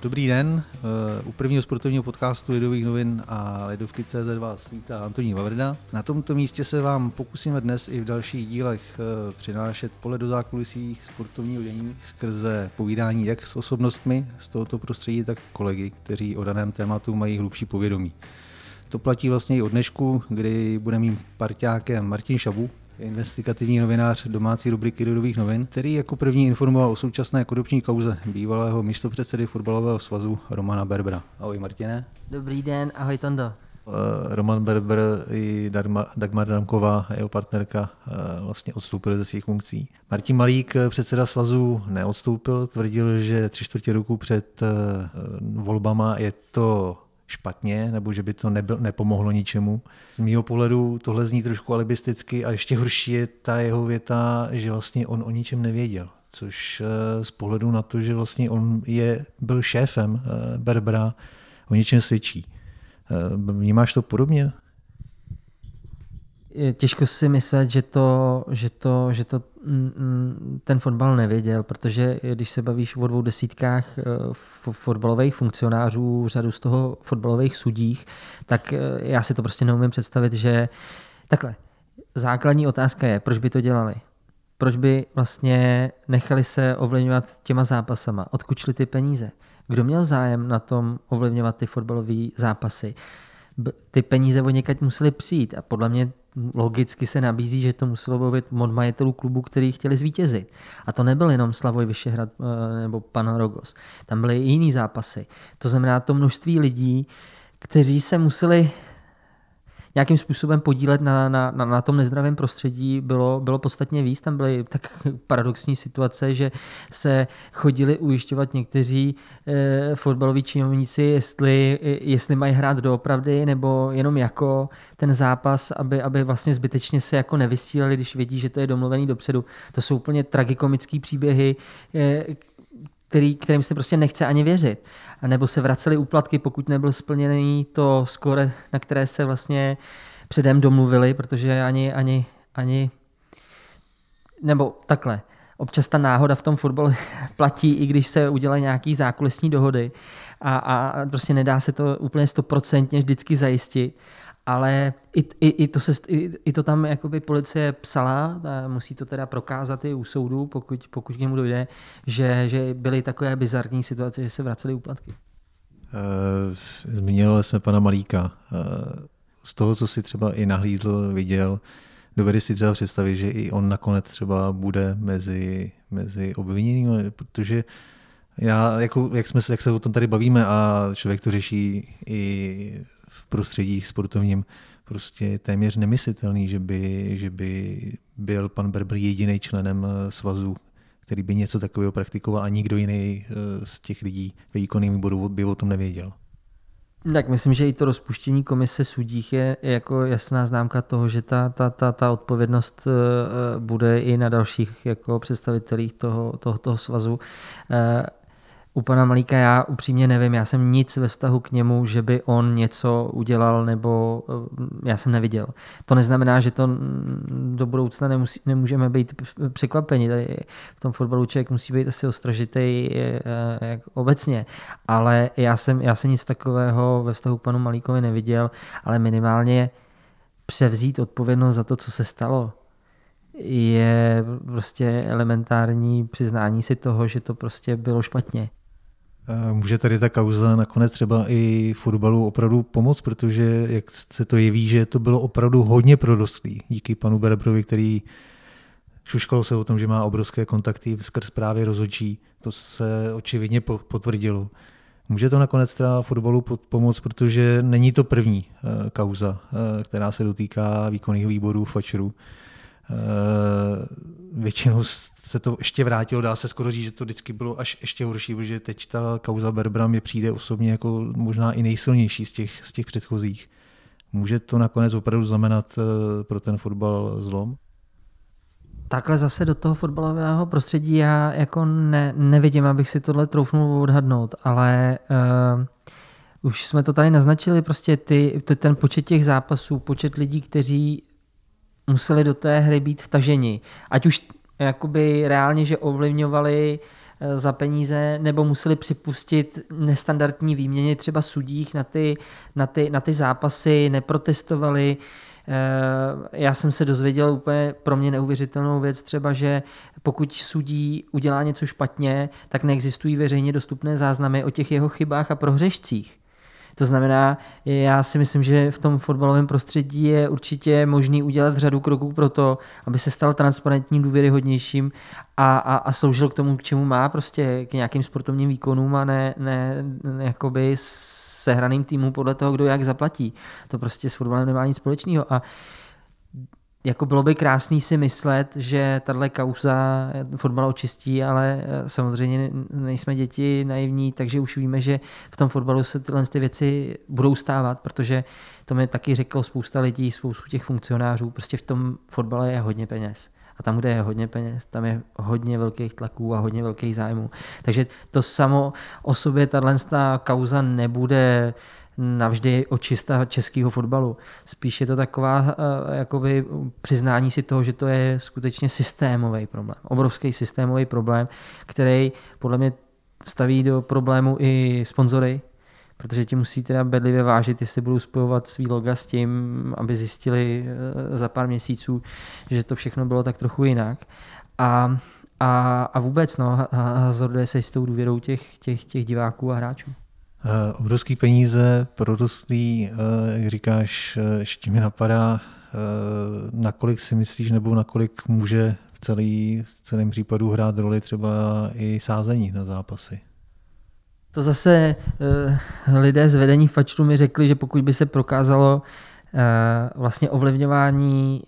Dobrý den, u prvního sportovního podcastu Lidových novin a Lidovky.cz vás vítá Antonín Vavrda. Na tomto místě se vám pokusíme dnes i v dalších dílech přinášet pohled do zákulisí sportovního dění skrze povídání jak s osobnostmi z tohoto prostředí, tak kolegy, kteří o daném tématu mají hlubší povědomí. To platí vlastně i od dnešku, kdy bude mým parťákem Martin Šabu, investigativní novinář domácí rubriky Lidových novin, který jako první informoval o současné korupční kauze bývalého místopředsedy fotbalového svazu Romana Berbera. Ahoj Martine. Dobrý den, ahoj Tondo. Roman Berber i Dagmar Adamková, jeho partnerka, vlastně odstoupili ze svých funkcí. Martin Malík, předseda svazu, neodstoupil, tvrdil, že 3/4 roku před volbama je to špatně, nebo že by to nepomohlo ničemu. Z mýho pohledu tohle zní trošku alibisticky a ještě horší je ta jeho věta, že vlastně on o ničem nevěděl, což z pohledu na to, že vlastně on byl šéfem Berbera, o ničem svědčí. Vnímáš to podobně? Je těžko si myslet, že to ten fotbal nevěděl, protože když se bavíš o 2 desítkách fotbalových funkcionářů, řadu z toho fotbalových sudích, tak já si to prostě neumím představit, že takhle. Základní otázka je, proč by to dělali? Proč by vlastně nechali se ovlivňovat těma zápasama? Odkud šly ty peníze? Kdo měl zájem na tom ovlivňovat ty fotbalové zápasy? Ty peníze od někaď musely přijít a podle mě logicky se nabízí, že to muselo být od majitelů klubu, který chtěli zvítězit. A to nebyl jenom Slavoj Vyšehrad nebo Pan Rogos. Tam byly i jiný zápasy. To znamená to množství lidí, kteří se museli nějakým způsobem podílet na tom nezdravém prostředí, bylo podstatně víc. Tam byly tak paradoxní situace, že se chodili ujišťovat někteří fotbaloví činovníci, jestli mají hrát doopravdy nebo jenom jako ten zápas, aby vlastně zbytečně se jako nevysílali, když vědí, že to je domluvený dopředu. To jsou úplně tragikomický příběhy, kterým se prostě nechce ani věřit. A nebo se vracely úplatky, pokud nebyl splněný to skóre, na které se vlastně předem domluvili, protože ani nebo takhle. Občas ta náhoda v tom fotbalu platí, i když se udělají nějaký zákulisní dohody a prostě nedá se to úplně 100% vždycky zajistit. Ale i to tam jakoby policie psala, musí to teda prokázat i u soudu, pokud k němu dojde, že byly takové bizarní situace, že se vracely úplatky. Zmínili jsme pana Malíka. Z toho, co si třeba i nahlídl, viděl, dovede si třeba představit, že i on nakonec třeba bude mezi obviněnými, protože jak se o tom tady bavíme a člověk to řeší i v prostředí sportovním, prostě téměř nemyslitelný, že by byl pan Berber jediný členem svazu, který by něco takového praktikoval a nikdo jiný z těch lidí ve výkonném výboru by o tom nevěděl. Tak myslím, že i to rozpuštění komise sudích je jako jasná známka toho, že ta odpovědnost bude i na dalších jako představitelích toho svazu. U pana Malíka já upřímně nevím, já jsem nic ve vztahu k němu, že by on něco udělal, nebo já jsem neviděl. To neznamená, že to do budoucna nemůžeme být překvapeni. Tady v tom fotbalu člověk musí být asi ostražitý jak obecně, ale já jsem nic takového ve vztahu k panu Malíkovi neviděl, ale minimálně převzít odpovědnost za to, co se stalo, je prostě elementární přiznání si toho, že to prostě bylo špatně. Může tady ta kauza nakonec třeba i fotbalu opravdu pomoct, protože jak se to jeví, že to bylo opravdu hodně prodostlý díky panu Berberovi, který šuškalo se o tom, že má obrovské kontakty skrz právě rozhodčí. To se očividně potvrdilo. Může to nakonec teda fotbalu pomoct, protože není to první kauza, která se dotýká výkonných výborů fačerů. Většinou se to ještě vrátilo, dá se skoro říct, že to vždycky bylo až ještě horší, protože teď ta kauza Berbera mi přijde osobně jako možná i nejsilnější z těch předchozích. Může to nakonec opravdu znamenat pro ten fotbal zlom? Takhle zase do toho fotbalového prostředí já jako nevidím, abych si tohle troufnul odhadnout, ale už jsme to tady naznačili, prostě ten počet těch zápasů, počet lidí, kteří museli do té hry být vtaženi. Ať už jakoby reálně, že ovlivňovali za peníze, nebo museli připustit nestandardní výměny třeba sudích na ty zápasy, neprotestovali. Já jsem se dozvěděl úplně pro mě neuvěřitelnou věc třeba, že pokud sudí udělá něco špatně, tak neexistují veřejně dostupné záznamy o těch jeho chybách a prohřešcích. To znamená, já si myslím, že v tom fotbalovém prostředí je určitě možný udělat řadu kroků pro to, aby se stal transparentním, důvěryhodnějším a sloužil k tomu, k čemu má, prostě k nějakým sportovním výkonům a ne jakoby sehraným týmu podle toho, kdo jak zaplatí. To prostě s fotbalem nemá nic společného. A jako bylo by krásný si myslet, že tahle kauza fotbal očistí, ale samozřejmě nejsme děti naivní, takže už víme, že v tom fotbalu se tyhle věci budou stávat, protože to mi taky řeklo spousta lidí, spoustu těch funkcionářů, prostě v tom fotbale je hodně peněz. A tam, kde je hodně peněz, tam je hodně velkých tlaků a hodně velkých zájmů. Takže to samo o sobě, tahle kauza nebude navždy očista českého fotbalu. Spíš je to taková jakoby přiznání si toho, že to je skutečně systémový problém. Obrovský systémový problém, který podle mě staví do problému i sponzory, protože ti musí teda bedlivě vážit, jestli budou spojovat svý loga s tím, aby zjistili za pár měsíců, že to všechno bylo tak trochu jinak. A vůbec hazarduje se s tou důvěrou těch diváků a hráčů. Obrovský peníze prorostlý, jak říkáš, ještě mi napadá, nakolik si myslíš, nebo nakolik může v celém případu hrát roli třeba i sázení na zápasy? To zase lidé z vedení fačru mi řekli, že pokud by se prokázalo vlastně ovlivňování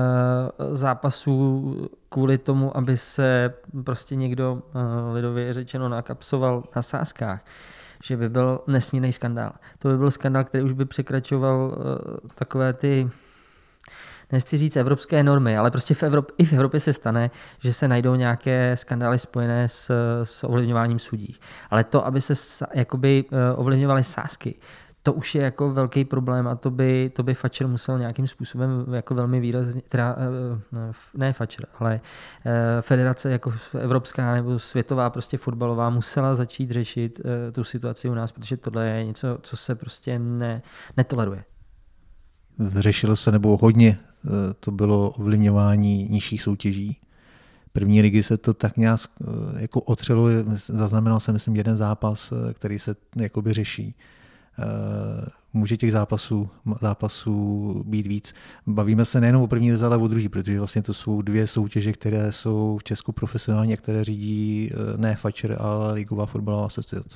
zápasů kvůli tomu, aby se prostě někdo lidově řečeno nakapsoval na sázkách, že by byl nesmírný skandál. To by byl skandál, který už by překračoval takové ty, nechci říct evropské normy, ale prostě i v Evropě se stane, že se najdou nějaké skandály spojené s ovlivňováním sudí. Ale to, aby se jakoby ovlivňovaly sázky, to už je jako velký problém a to by fačer musel nějakým způsobem jako velmi výrazně, teda ne fačer, ale federace jako evropská nebo světová prostě fotbalová musela začít řešit tu situaci u nás, protože tohle je něco, co se prostě netoleruje. Řešilo se, nebo hodně to bylo ovlivňování nižších soutěží. První ligy se to tak nějak jako otřelo, zaznamenal jsem, myslím, jeden zápas, který se jakoby řeší. Může těch zápasů být víc. Bavíme se nejenom o první lize, ale o druhý, protože vlastně to jsou dvě soutěže, které jsou v Česku profesionální a které řídí ne fačer, ale Ligová fotbalová asociace.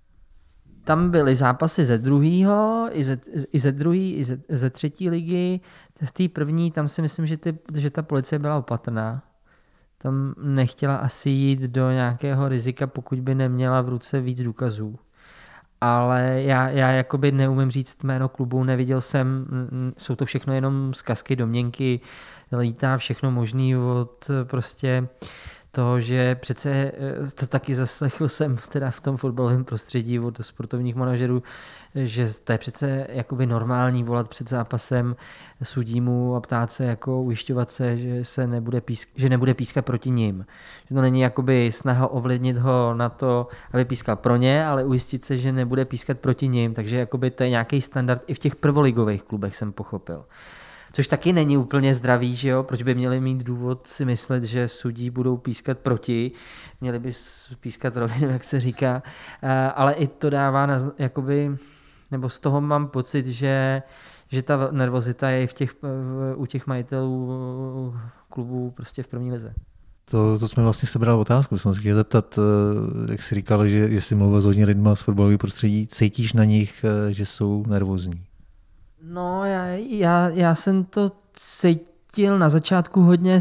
Tam byly zápasy ze druhého, i ze druhé, i ze třetí ligy. V té první, tam si myslím, že ta policie byla opatrná. Tam nechtěla asi jít do nějakého rizika, pokud by neměla v ruce víc důkazů. Ale já jakoby neumím říct jméno klubu, neviděl jsem, jsou to všechno jenom zkazky, domněnky, lítá všechno možný od prostě toho, že přece to taky zaslechl jsem teda v tom fotbalovém prostředí od sportovních manažerů, že to je přece jakoby normální volat před zápasem sudímu a ptát se, jako ujišťovat se, že nebude pískat proti nim. Že to není jakoby snaha ovlivnit ho na to, aby pískal pro ně, ale ujistit se, že nebude pískat proti nim. Takže jakoby to je nějaký standard i v těch prvoligových klubech, jsem pochopil. Což taky není úplně zdravý, že jo? Proč by měli mít důvod si myslet, že sudí budou pískat proti, měli by pískat rovinu, jak se říká, ale i to dává jakoby, nebo z toho mám pocit, že ta nervozita je u těch majitelů klubů prostě v první lize. To jsme vlastně sebrali otázku, jsem se chtěl zeptat, jak jsi říkal, že jsi mluvil s hodně lidma z fotbalového prostředí, cítíš na nich, že jsou nervózní? No, já jsem to cítil na začátku hodně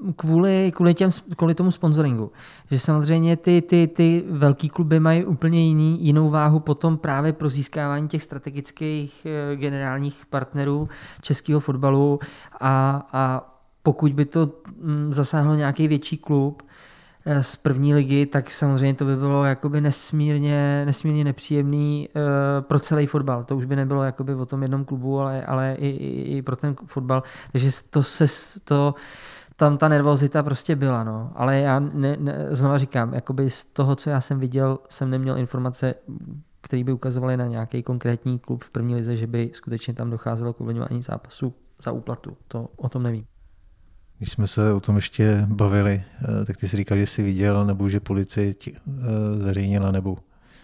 kvůli tomu sponsoringu. Že samozřejmě ty velký kluby mají úplně jinou váhu potom právě pro získávání těch strategických generálních partnerů českého fotbalu a pokud by to zasáhlo nějaký větší klub z první ligy, tak samozřejmě to by bylo jakoby nesmírně nepříjemný pro celý fotbal. To už by nebylo jakoby o tom jednom klubu, ale i pro ten fotbal. Takže tam ta nervozita prostě byla, no. Ale já znova říkám, jakoby z toho, co já jsem viděl, jsem neměl informace, které by ukazovaly na nějaký konkrétní klub v první lize, že by skutečně tam docházelo k ovlivňování zápasu za úplatu. To o tom nevím. Když jsme se o tom ještě bavili, tak ty jsi říkal, že jsi viděl, nebo že policie zveřejnila, nebo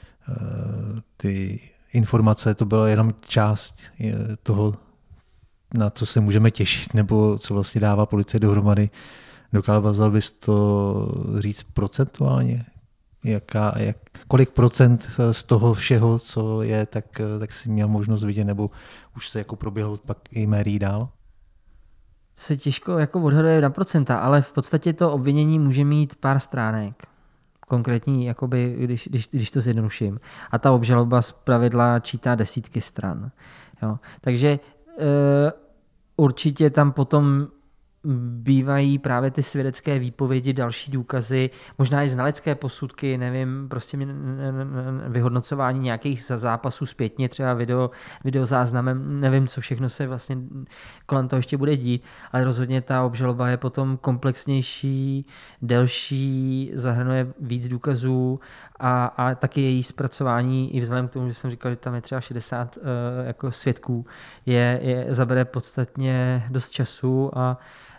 ty informace, to byla jenom část toho, na co se můžeme těšit, nebo co vlastně dává policie dohromady. Dokázal bys to říct procentuálně? Kolik procent z toho všeho, co je, tak jsi měl možnost vidět, nebo už se jako proběhlo pak i médií dál? To se těžko jako odhaduje na procenta, ale v podstatě to obvinění může mít pár stránek. Konkrétní, jakoby, když to zjednoduším. A ta obžaloba zpravidla čítá desítky stran. Jo. Takže určitě tam potom bývají právě ty svědecké výpovědi, další důkazy, možná i znalecké posudky, nevím, prostě vyhodnocování nějakých zápasů zpětně, třeba videozáznamem, nevím, co všechno se vlastně kolem toho ještě bude dít, ale rozhodně ta obžaloba je potom komplexnější, delší, zahrnuje víc důkazů a taky její zpracování, i vzhledem k tomu, že jsem říkal, že tam je třeba 60 jako svědků, zabere podstatně dost času a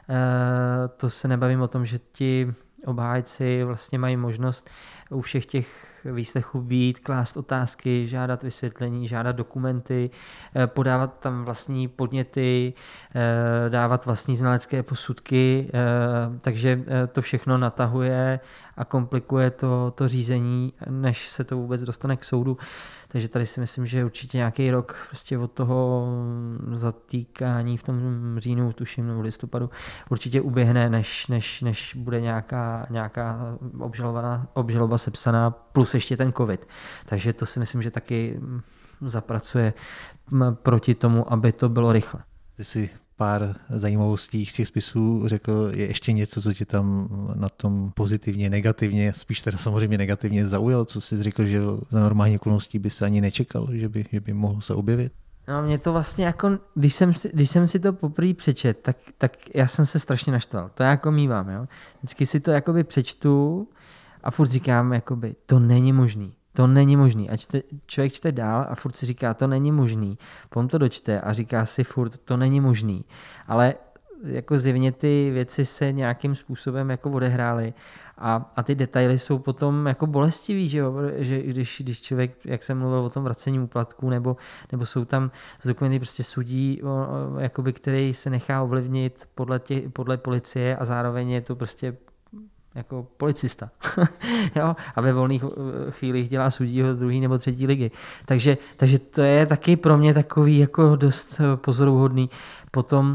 to se nebavím o tom, že ti obhájci vlastně mají možnost u všech těch výslechů být, klást otázky, žádat vysvětlení, žádat dokumenty, podávat tam vlastní podněty, dávat vlastní znalecké posudky, takže to všechno natahuje a komplikuje to řízení, než se to vůbec dostane k soudu. Takže tady si myslím, že určitě nějaký rok prostě od toho zatýkání v tom říjnu, tuším, nebo listopadu, určitě uběhne, než bude nějaká obžaloba sepsaná, plus ještě ten covid. Takže to si myslím, že taky zapracuje proti tomu, aby to bylo rychle. Ty si pár zajímavostí z těch spisů řekl, je ještě něco, co tě tam na tom pozitivně, negativně, spíš teda samozřejmě negativně zaujalo, co jsi řekl, že za normální okolností by se ani nečekal, že by mohl se objevit? No mě to vlastně jako, když jsem si to poprvé přečet, tak já jsem se strašně naštval. To já jako mívám, jo. Vždycky si to jakoby přečtu a furt říkám, jakoby, to není možný. To není možný. A člověk čte dál a furt si říká, to není možný. Potom to dočte a říká si furt, to není možný. Ale jako zjevně ty věci se nějakým způsobem jako odehrály a ty detaily jsou potom jako bolestivý, že jo? Že když člověk, jak jsem mluvil o tom vracení úplatků, nebo jsou tam z dokumenty prostě sudí, jakoby, který se nechá ovlivnit podle policie a zároveň je to prostě jako policista. Jo? A ve volných chvílích dělá sudího druhé nebo třetí ligy. Takže to je taky pro mě takový jako dost pozoruhodný. Potom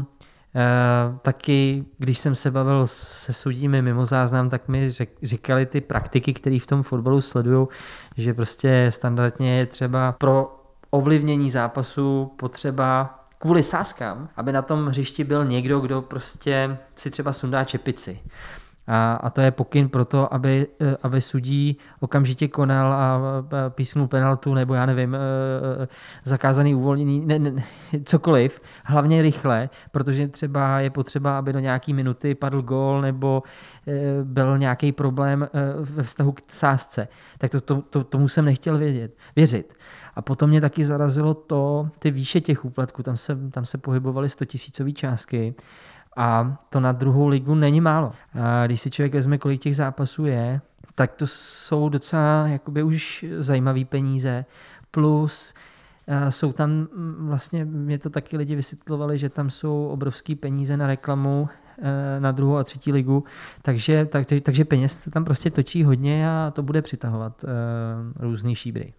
taky, když jsem se bavil se sudími mimo záznam, tak mi říkali ty praktiky, které v tom fotbalu sledují, že prostě standardně je třeba pro ovlivnění zápasu potřeba kvůli sázkám, aby na tom hřišti byl někdo, kdo prostě si třeba sundá čepici. A to je pokyn pro to, aby sudí okamžitě konal a písknul penaltu, nebo já nevím, zakázaný uvolnění, cokoliv, hlavně rychle, protože třeba je potřeba, aby do nějaký minuty padl gól, nebo byl nějaký problém ve vztahu k sázce. Tak tomu jsem nechtěl věřit. A potom mě taky zarazilo ty výše těch úplatků, tam se pohybovaly 100 000 částky, a to na druhou ligu není málo. A když si člověk vezme, kolik těch zápasů je, tak to jsou docela jakoby už zajímavé peníze. Plus jsou tam, vlastně mě to taky lidi vysvětlovali, že tam jsou obrovský peníze na reklamu na druhou a třetí ligu, takže peněz se tam prostě točí hodně a to bude přitahovat různý šíbry.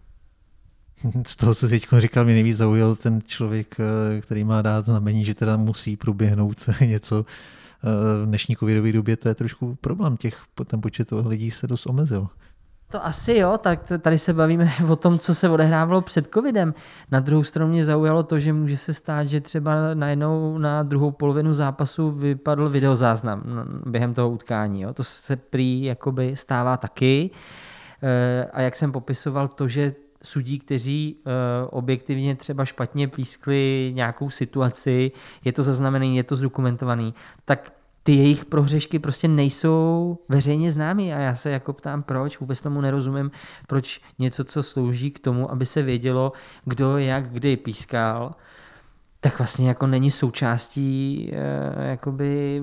Z toho, co teď říkal, mě nejvíc zaujal ten člověk, který má dát znamení, že teda musí proběhnout něco. V dnešní covidové době to je trošku problém, ten počet lidí se dost omezil. To asi jo, tak tady se bavíme o tom, co se odehrávalo před covidem. Na druhou stranu mě zaujalo to, že může se stát, že třeba najednou na druhou polovinu zápasu vypadl videozáznam během toho utkání. Jo. To se prý jakoby stává taky. A jak jsem popisoval to, že sudí, kteří objektivně třeba špatně pískli nějakou situaci, je to zaznamenaný, je to zdokumentovaný, tak ty jejich prohřešky prostě nejsou veřejně známý a já se jako ptám, proč, vůbec tomu nerozumím, proč něco, co slouží k tomu, aby se vědělo, kdo jak kdy pískal, tak vlastně jako není součástí jakoby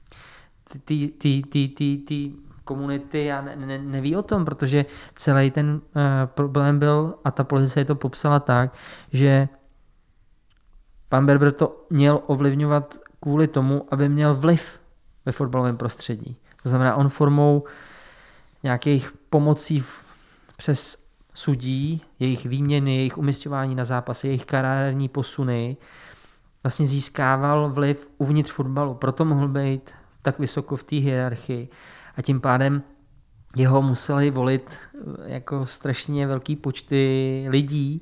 ty komunity a neví o tom, protože celý ten problém byl, a ta policie to popsala tak, že pan Berber to měl ovlivňovat kvůli tomu, aby měl vliv ve fotbalovém prostředí. To znamená, on formou nějakých pomocí přes sudí, jejich výměny, jejich umisťování na zápasy, jejich kariérní posuny, vlastně získával vliv uvnitř fotbalu. Proto mohl být tak vysoko v té hierarchii. A tím pádem jeho museli volit jako strašně velký počty lidí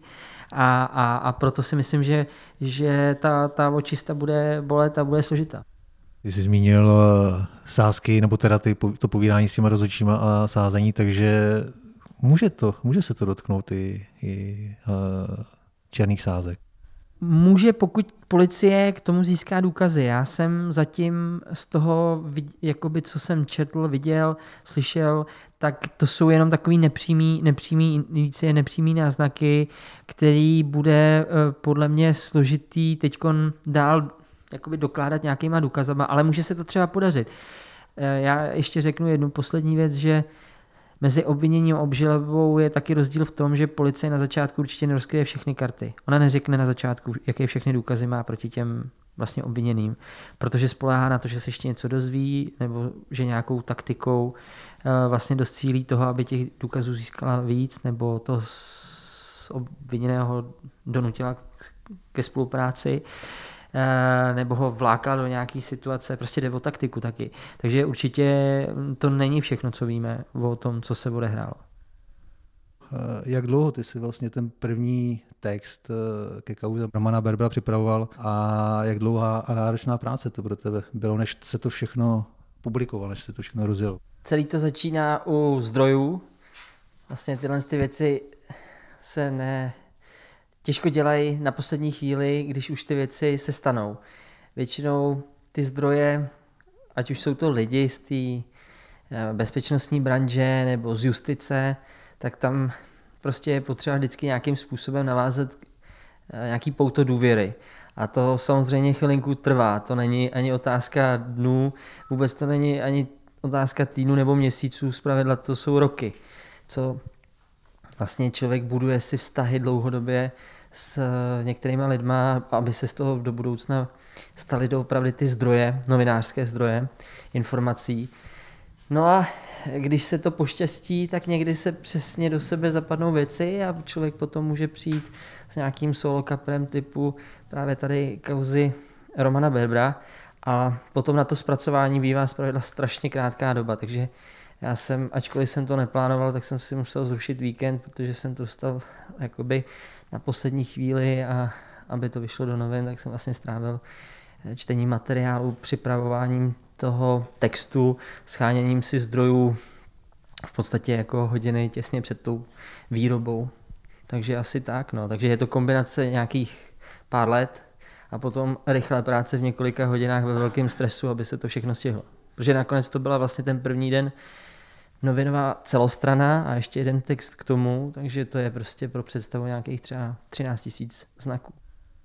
a proto si myslím, že ta očista bude bolet a bude složitá. Ty jsi zmínil sázky, nebo teda to povídání s těma rozhodčíma a sázení, takže může se to dotknout i černých sázek. Může, pokud policie k tomu získá důkazy. Já jsem zatím z toho, jakoby, co jsem četl, viděl, slyšel, tak to jsou jenom takový nepřímý indicie, nepřímý náznaky, který bude podle mě složitý teďkon dál jakoby dokládat nějakýma důkazama, ale může se to třeba podařit. Já ještě řeknu jednu poslední věc, že mezi obviněním a obžalobou je taky rozdíl v tom, že policie na začátku určitě nerozkryje všechny karty. Ona neřekne na začátku, jaké všechny důkazy má proti těm vlastně obviněným, protože spoléhá na to, že se ještě něco dozví, nebo že nějakou taktikou vlastně docílí toho, aby těch důkazů získala víc, nebo to z obviněného donutila ke spolupráci, nebo ho vlákla do nějaké situace, prostě jde o taktiku taky. Takže určitě to není všechno, co víme o tom, co se odehrálo. Jak dlouho ty si vlastně ten první text ke kauze Romana Berbera připravoval a jak dlouhá a náročná práce to pro tebe bylo, než se to všechno publikovalo, než se to všechno rozjelo? Celý to začíná u zdrojů. Vlastně tyhle věci se těžko dělají na poslední chvíli, když už ty věci se stanou. Většinou ty zdroje, ať už jsou to lidi z té bezpečnostní branže nebo z justice, tak tam prostě je potřeba vždycky nějakým způsobem navázat nějaký pouto důvěry. A to samozřejmě chvilinku trvá. To není ani otázka dnů, vůbec to není ani otázka týdnů nebo měsíců, zpravidla to jsou roky. Co vlastně člověk buduje si vztahy dlouhodobě s některýma lidma, aby se z toho do budoucna staly doopravdy ty zdroje, novinářské zdroje informací. No a když se to poštěstí, tak někdy se přesně do sebe zapadnou věci a člověk potom může přijít s nějakým solo kaprem typu právě tady kauzy Romana Berbera a potom na to zpracování bývá zpravidla strašně krátká doba, takže já jsem, ačkoliv jsem to neplánoval, tak jsem si musel zrušit víkend, protože jsem to dostal jakoby na poslední chvíli a aby to vyšlo do novin, tak jsem vlastně strávil čtením materiálu, připravováním toho textu, scháněním si zdrojů v podstatě jako hodiny těsně před tou výrobou. Takže asi tak, no. Takže je to kombinace nějakých pár let a potom rychlé práce v několika hodinách ve velkém stresu, aby se to všechno stihlo. Protože nakonec to byla vlastně ten první den novinová celostrana a ještě jeden text k tomu, takže to je prostě pro představu nějakých třeba 13 000 znaků.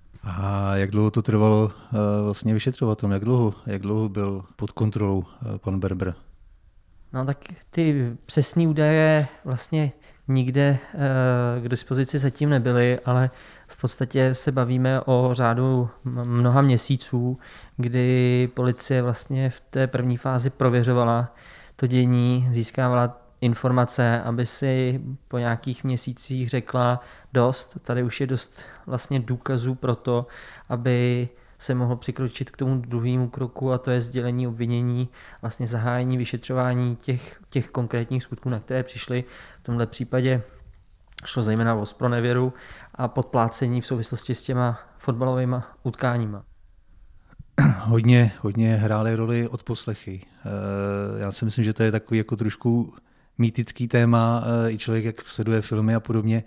A jak dlouho to trvalo vlastně vyšetřovatelům? Jak dlouho byl pod kontrolou pan Berber? No tak ty přesné údaje vlastně nikde k dispozici zatím nebyly, ale v podstatě se bavíme o řádu mnoha měsíců, kdy policie vlastně v té první fázi prověřovala to dění, získávala informace, aby si po nějakých měsících řekla dost, tady už je dost vlastně důkazů pro to, aby se mohlo přikročit k tomu druhému kroku a to je sdělení obvinění, vlastně zahájení vyšetřování těch konkrétních skutků, na které přišli. V tomhle případě šlo zejména o zpronevěru a podplácení v souvislosti s těma fotbalovými utkáníma. Hodně hrály roli odposlechy. Já si myslím, že to je takový jako trošku mýtický téma, i člověk, jak sleduje filmy a podobně,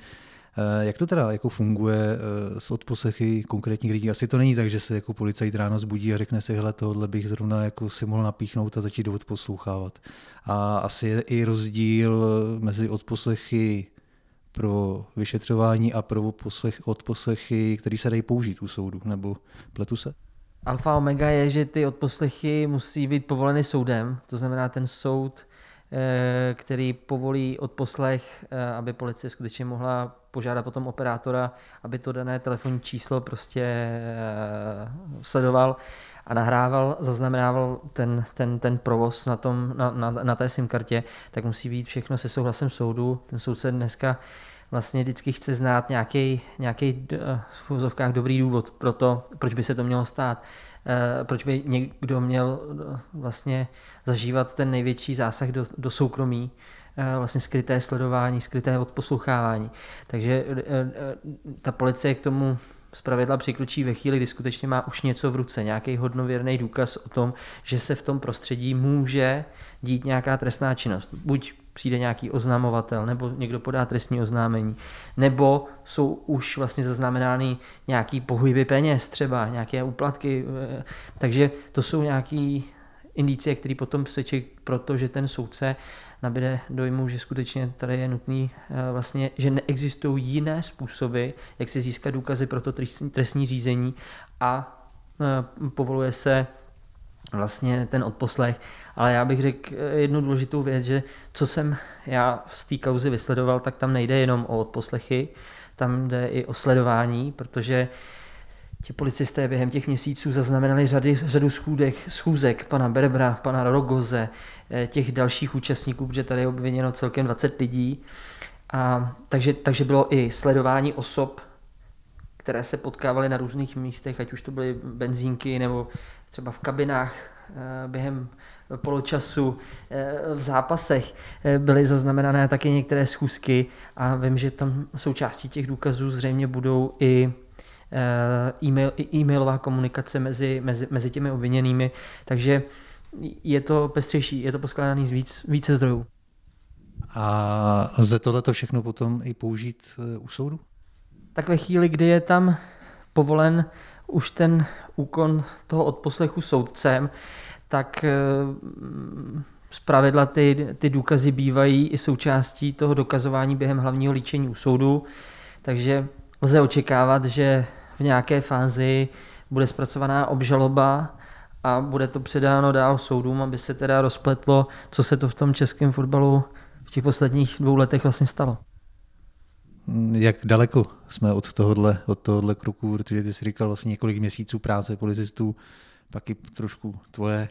Jak to teda jako funguje s odposlechy konkrétních lidí? Asi to není tak, že se jako policajt ráno zbudí a řekne si, hele, tohle bych zrovna jako si mohl napíchnout a začít odposlouchávat. A asi je i rozdíl mezi odposlechy pro vyšetřování a pro odposlechy, které se dají použít u soudu, nebo pletu se? Alfa omega je, že ty odposlechy musí být povoleny soudem, to znamená ten soud, který povolí odposlech, aby policie skutečně mohla požádat potom operátora, aby to dané telefonní číslo prostě sledoval a nahrával, zaznamenával ten provoz na té SIM kartě, tak musí být všechno se souhlasem soudu. Ten soudce dneska vlastně vždycky chce znát nějaký v uvozovkách dobrý důvod pro to, proč by se to mělo stát. Proč by někdo měl vlastně zažívat ten největší zásah do soukromí, vlastně skryté sledování, skryté odposlouchávání. Takže ta policie k tomu zpravidla přikročí ve chvíli, kdy skutečně má už něco v ruce, nějaký hodnověrný důkaz o tom, že se v tom prostředí může dít nějaká trestná činnost. Buď přijde nějaký oznamovatel, nebo někdo podá trestní oznámení, nebo jsou už vlastně zaznamenány nějaký pohyby peněz třeba, nějaké úplatky. Takže to jsou nějaké indicie, které potom svědčí pro to, že ten soudce nabíde dojmu, že skutečně tady je nutný vlastně, že neexistují jiné způsoby, jak si získat důkazy pro to trestní řízení a povoluje se vlastně ten odposlech. Ale já bych řekl jednu důležitou věc, že co jsem já z té kauzy vysledoval, tak tam nejde jenom o odposlechy, tam jde i o sledování, protože ti policisté během těch měsíců zaznamenali řadu schůzek pana Berbera, pana Rogoze, těch dalších účastníků, protože tady je obviněno celkem 20 lidí. Takže bylo i sledování osob, které se potkávaly na různých místech, ať už to byly benzínky nebo třeba v kabinách během poločasu, v zápasech byly zaznamenané taky některé schůzky a vím, že tam součástí těch důkazů zřejmě budou i e-mailová komunikace mezi těmi obviněnými, takže je to pestřejší, je to poskládaný z více zdrojů. A lze tohleto všechno potom i použít u soudu? Tak ve chvíli, kdy je tam povolen už ten úkon toho odposlechu soudcem, tak zpravidla ty důkazy bývají i součástí toho dokazování během hlavního líčení u soudu, takže lze očekávat, že v nějaké fázi bude zpracovaná obžaloba a bude to předáno dál soudům, aby se teda rozpletlo, co se to v tom českém fotbalu v těch posledních 2 letech vlastně stalo. Jak daleko jsme od tohohle kroku, protože ty jsi říkal vlastně několik měsíců práce policistů, pak i trošku tvoje,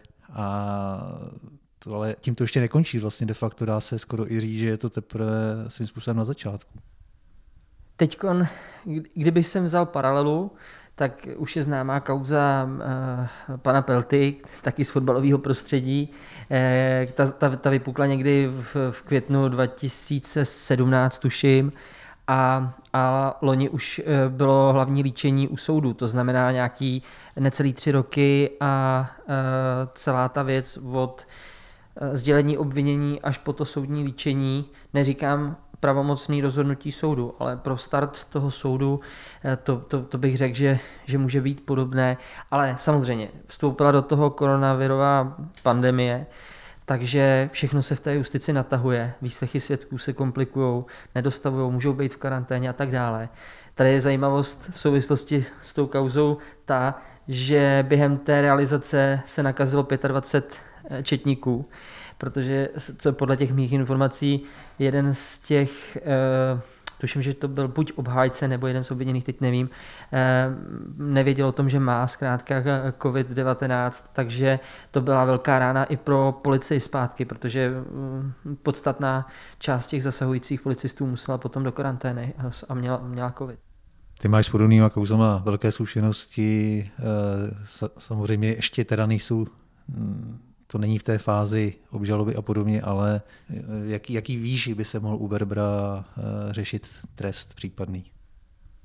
ale tím to ještě nekončí. Vlastně de facto dá se skoro i říct, že je to teprve svým způsobem na začátku. Teďkon, kdybych jsem vzal paralelu, tak už je známá kauza pana Pelty, taky z fotbalového prostředí. Ta vypukla někdy v květnu 2017, tuším, a loni už bylo hlavní líčení u soudu, to znamená nějaký necelý 3 roky a celá ta věc od sdělení obvinění až po to soudní líčení, neříkám pravomocný rozhodnutí soudu, ale pro start toho soudu to bych řekl, že může být podobné, ale samozřejmě vstoupila do toho koronavirová pandemie, takže všechno se v té justici natahuje, výslechy svědků se komplikují, nedostavují, můžou být v karanténě a tak dále. Tady je zajímavost v souvislosti s tou kauzou ta, že během té realizace se nakazilo 25 četníků, protože podle těch mých informací jeden z těch, tuším, že to byl buď obhájce nebo jeden z obviněných, teď nevím, nevěděl o tom, že má zkrátka COVID-19, takže to byla velká rána i pro policii zpátky, protože podstatná část těch zasahujících policistů musela potom do karantény a měla COVID. Ty máš s podobnýma kauzama velké zkušenosti, samozřejmě ještě teda nejsou, to není v té fázi obžaloby a podobně, ale jaký výši by se mohl u Berbera řešit trest případný?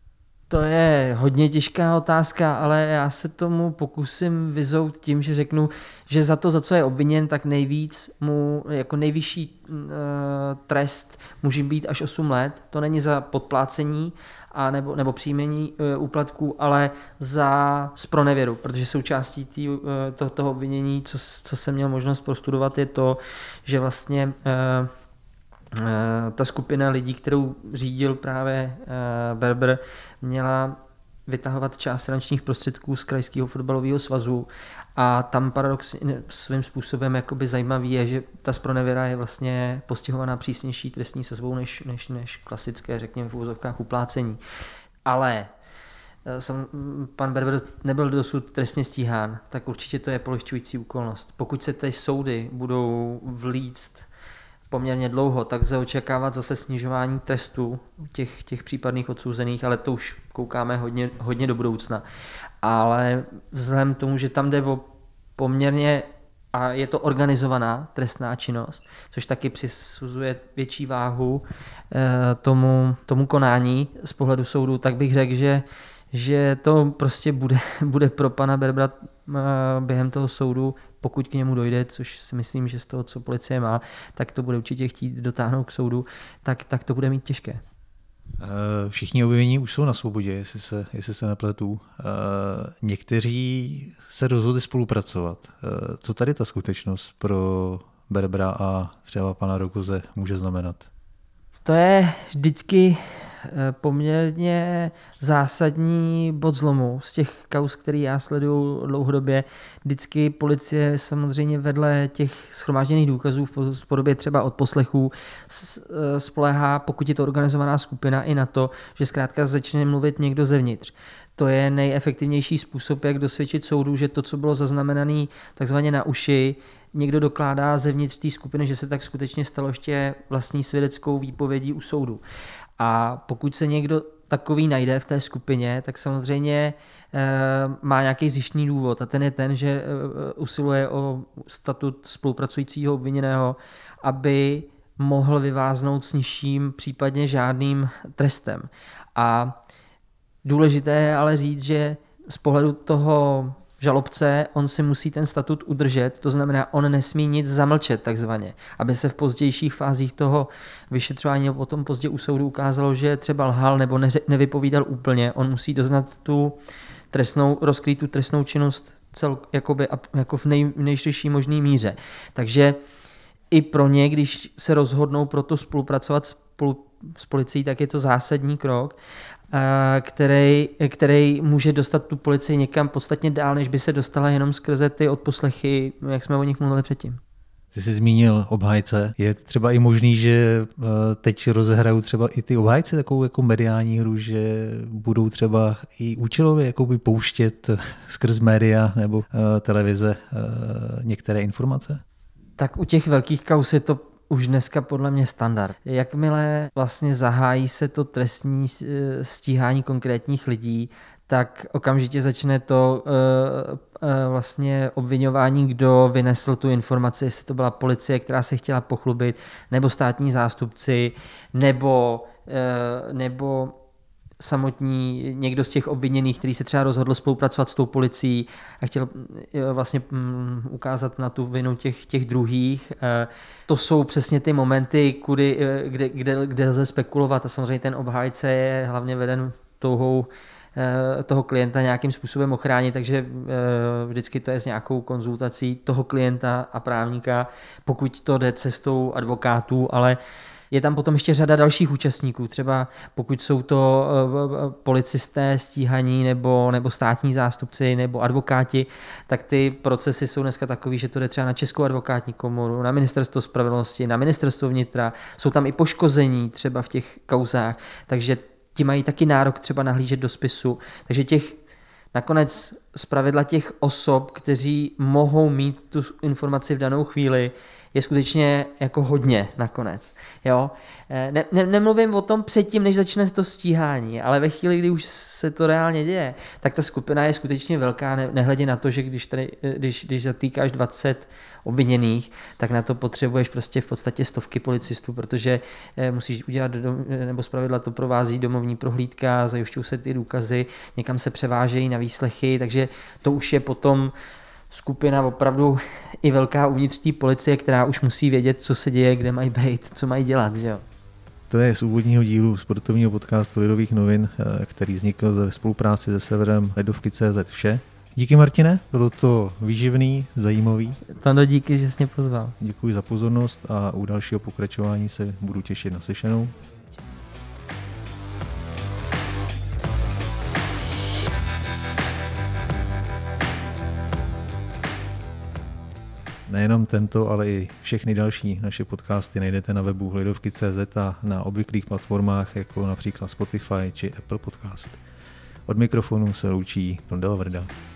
To je hodně těžká otázka, ale já se tomu pokusím vyzout tím, že řeknu, že za to, za co je obviněn, tak nejvíc mu, jako nejvyšší trest může být až 8 let. To není za podplácení nebo přijímení úplatků, ale za zpronevěru, protože součástí toho obvinění, co jsem měl možnost prostudovat, je to, že vlastně ta skupina lidí, kterou řídil právě Berber, měla vytahovat část finančních prostředků z krajského fotbalového svazu a tam paradox svým způsobem jakoby zajímavý je, že ta zpronevěra je vlastně postihovaná přísnější trestní sazbou než klasické, řekněme v uvozovkách, uplácení. Ale pan Berber nebyl dosud trestně stíhán, tak určitě to je polehčující okolnost. Pokud se ty soudy budou vlíct poměrně dlouho, tak lze očekávat zase snižování trestů těch případných odsouzených, ale to už koukáme hodně do budoucna. Ale vzhledem k tomu, že tam jde o poměrně, a je to organizovaná trestná činnost, což taky přisuzuje větší váhu tomu konání z pohledu soudu, tak bych řekl, že to prostě bude pro pana Berbera během toho soudu, pokud k němu dojde, což si myslím, že z toho, co policie má, tak to bude určitě chtít dotáhnout k soudu, tak to bude mít těžké. Všichni obvinění už jsou na svobodě, jestli se nepletu. Někteří se rozhodli spolupracovat. Co tady ta skutečnost pro Berbera a třeba pana Rogoze může znamenat? To je vždycky poměrně zásadní bod zlomu z těch kauz, který já sleduju dlouhodobě. Vždycky policie samozřejmě vedle těch shromážděných důkazů v podobě třeba odposlechů spoléhá, pokud je to organizovaná skupina, i na to, že zkrátka začne mluvit někdo zevnitř. To je nejefektivnější způsob, jak dosvědčit soudu, že to, co bylo zaznamenané takzvaně na uši, někdo dokládá zevnitř té skupiny, že se tak skutečně stalo ještě vlastní svědeckou výpovědí u soudu. A pokud se někdo takový najde v té skupině, tak samozřejmě má nějaký zištný důvod a ten je ten, že usiluje o statut spolupracujícího obviněného, aby mohl vyváznout s nižším, případně žádným trestem. A důležité je ale říct, že z pohledu toho žalobce, on si musí ten statut udržet, to znamená, on nesmí nic zamlčet takzvaně, aby se v pozdějších fázích toho vyšetřování nebo potom později u soudu ukázalo, že třeba lhal nebo nevypovídal úplně, on musí doznat tu rozkrýt tu trestnou činnost jako v nejširší možný míře. Takže i pro ně, když se rozhodnou pro to spolupracovat s policií, tak je to zásadní krok, který může dostat tu policii někam podstatně dál, než by se dostala jenom skrze ty odposlechy, jak jsme o nich mluvili předtím. Ty jsi zmínil obhájce. Je třeba i možný, že teď rozehrajou třeba i ty obhájci takovou jako mediální hru, že budou třeba i účelově jakoby pouštět skrz média nebo televize některé informace? Tak u těch velkých kauz je to už dneska podle mě standard. Jakmile vlastně zahájí se to trestní stíhání konkrétních lidí, tak okamžitě začne to vlastně obviňování, kdo vynesl tu informaci, jestli to byla policie, která se chtěla pochlubit, nebo státní zástupci, nebo samotní někdo z těch obviněných, který se třeba rozhodl spolupracovat s tou policií a chtěl vlastně ukázat na tu vinu těch druhých. To jsou přesně ty momenty, kde lze spekulovat a samozřejmě ten obhájce je hlavně veden touhou toho klienta nějakým způsobem ochránit, takže vždycky to je s nějakou konzultací toho klienta a právníka, pokud to jde cestou advokátů, ale je tam potom ještě řada dalších účastníků, třeba pokud jsou to policisté stíhaní nebo státní zástupci nebo advokáti, tak ty procesy jsou dneska takový, že to jde třeba na Českou advokátní komoru, na Ministerstvo spravedlnosti, na Ministerstvo vnitra, jsou tam i poškození třeba v těch kauzách, takže ti mají taky nárok třeba nahlížet do spisu, takže nakonec zpravidla těch osob, kteří mohou mít tu informaci v danou chvíli, je skutečně jako hodně nakonec. Jo? Nemluvím o tom předtím, než začne to stíhání, ale ve chvíli, kdy už se to reálně děje, tak ta skupina je skutečně velká, nehledě na to, že když zatýkáš 20 obviněných, tak na to potřebuješ prostě v podstatě stovky policistů, protože musíš udělat, nebo zpravidla to provází domovní prohlídka, zajišťují se ty důkazy, někam se převážejí na výslechy, takže to už je potom skupina opravdu i velká uvnitř té policie, která už musí vědět, co se děje, kde mají být, co mají dělat, že jo. To je z úvodního dílu sportovního podcastu Lidových novin, který vznikl ve spolupráci se serverem Lidovky.cz vše. Díky, Martine, bylo to výživný, zajímavý. Tando, díky, že jsi mě pozval. Děkuji za pozornost a u dalšího pokračování se budu těšit na slyšenou. Nejenom tento, ale i všechny další naše podcasty najdete na webu Lidovky.cz a na obvyklých platformách, jako například Spotify či Apple Podcast. Od mikrofonu se loučí Tonda Vavrda.